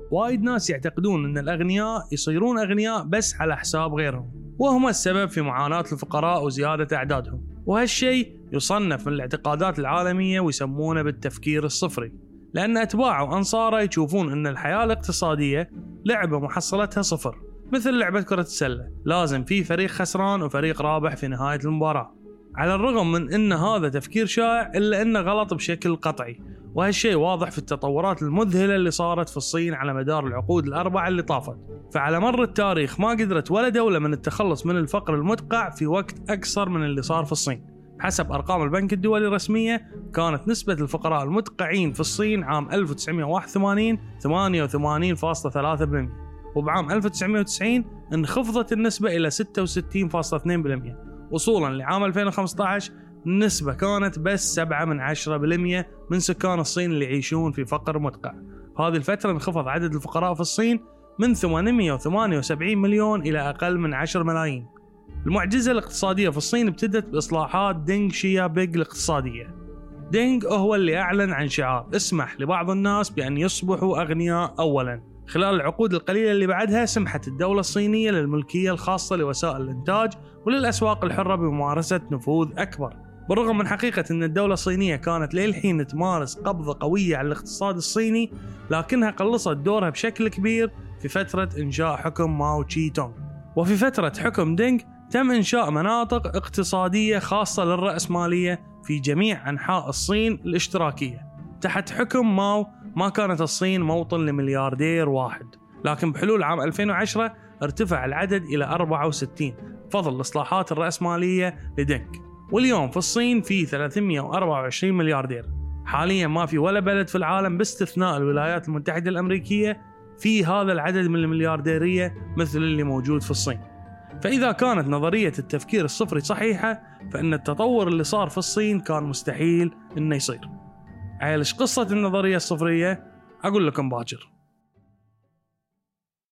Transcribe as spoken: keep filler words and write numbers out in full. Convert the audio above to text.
وايد ناس يعتقدون أن الأغنياء يصيرون أغنياء بس على حساب غيرهم، وهم السبب في معاناة الفقراء وزيادة أعدادهم، وهالشيء يصنف من الاعتقادات العالمية ويسمونه بالتفكير الصفري، لأن أتباعه وأنصاره يشوفون أن الحياة الاقتصادية لعبة محصلتها صفر، مثل لعبة كرة السلة، لازم في فريق خسران وفريق رابح في نهاية المباراة. على الرغم من أن هذا تفكير شائع إلا أنه غلط بشكل قطعي، وهالشيء واضح في التطورات المذهلة اللي صارت في الصين على مدار العقود الأربعة اللي طافت. فعلى مر التاريخ ما قدرت ولا دولة من التخلص من الفقر المدقع في وقت أكثر من اللي صار في الصين. حسب أرقام البنك الدولي الرسمية، كانت نسبة الفقراء المدقعين في الصين عام ألف وتسعمائة وواحد وثمانين ثمانية وثمانين فاصلة ثلاثة بالمئة، وبعام ألف وتسعمائة وتسعين انخفضت النسبة إلى ستة وستين فاصلة اثنين بالمئة، وصولا لعام ألفين وخمسة عشر النسبة كانت بس سبعة من عشرة بالمئة من سكان الصين اللي يعيشون في فقر مدقع. هذه الفترة انخفض عدد الفقراء في الصين من ثمانمائة وثمانية وسبعين مليون إلى أقل من عشرة ملايين. المعجزة الاقتصادية في الصين ابتدت بإصلاحات دينغ شيابينغ الاقتصادية. دينغ هو اللي أعلن عن شعار اسمح لبعض الناس بأن يصبحوا أغنياء أولا. خلال العقود القليلة اللي بعدها سمحت الدولة الصينية للملكية الخاصة لوسائل الإنتاج وللأسواق الحرة بممارسة نفوذ أكبر. بالرغم من حقيقة أن الدولة الصينية كانت للحين تمارس قبضة قوية على الاقتصاد الصيني، لكنها قلصت دورها بشكل كبير في فترة إنشاء حكم ماو تشي تونغ. وفي فترة حكم دينغ تم إنشاء مناطق اقتصادية خاصة للرأسمالية في جميع أنحاء الصين الاشتراكية. تحت حكم ماو ما كانت الصين موطن لملياردير واحد، لكن بحلول عام ألفين وعشرة ارتفع العدد إلى أربعة وستين فضل الإصلاحات الرأسمالية لدينغ. واليوم في الصين في ثلاثمائة وأربعة وعشرين ملياردير. حاليا ما في ولا بلد في العالم باستثناء الولايات المتحدة الأمريكية في هذا العدد من المليارديرية مثل اللي موجود في الصين. فإذا كانت نظرية التفكير الصفري صحيحة، فإن التطور اللي صار في الصين كان مستحيل إنه يصير. عيلش قصة النظرية الصفرية؟ أقول لكم باكر.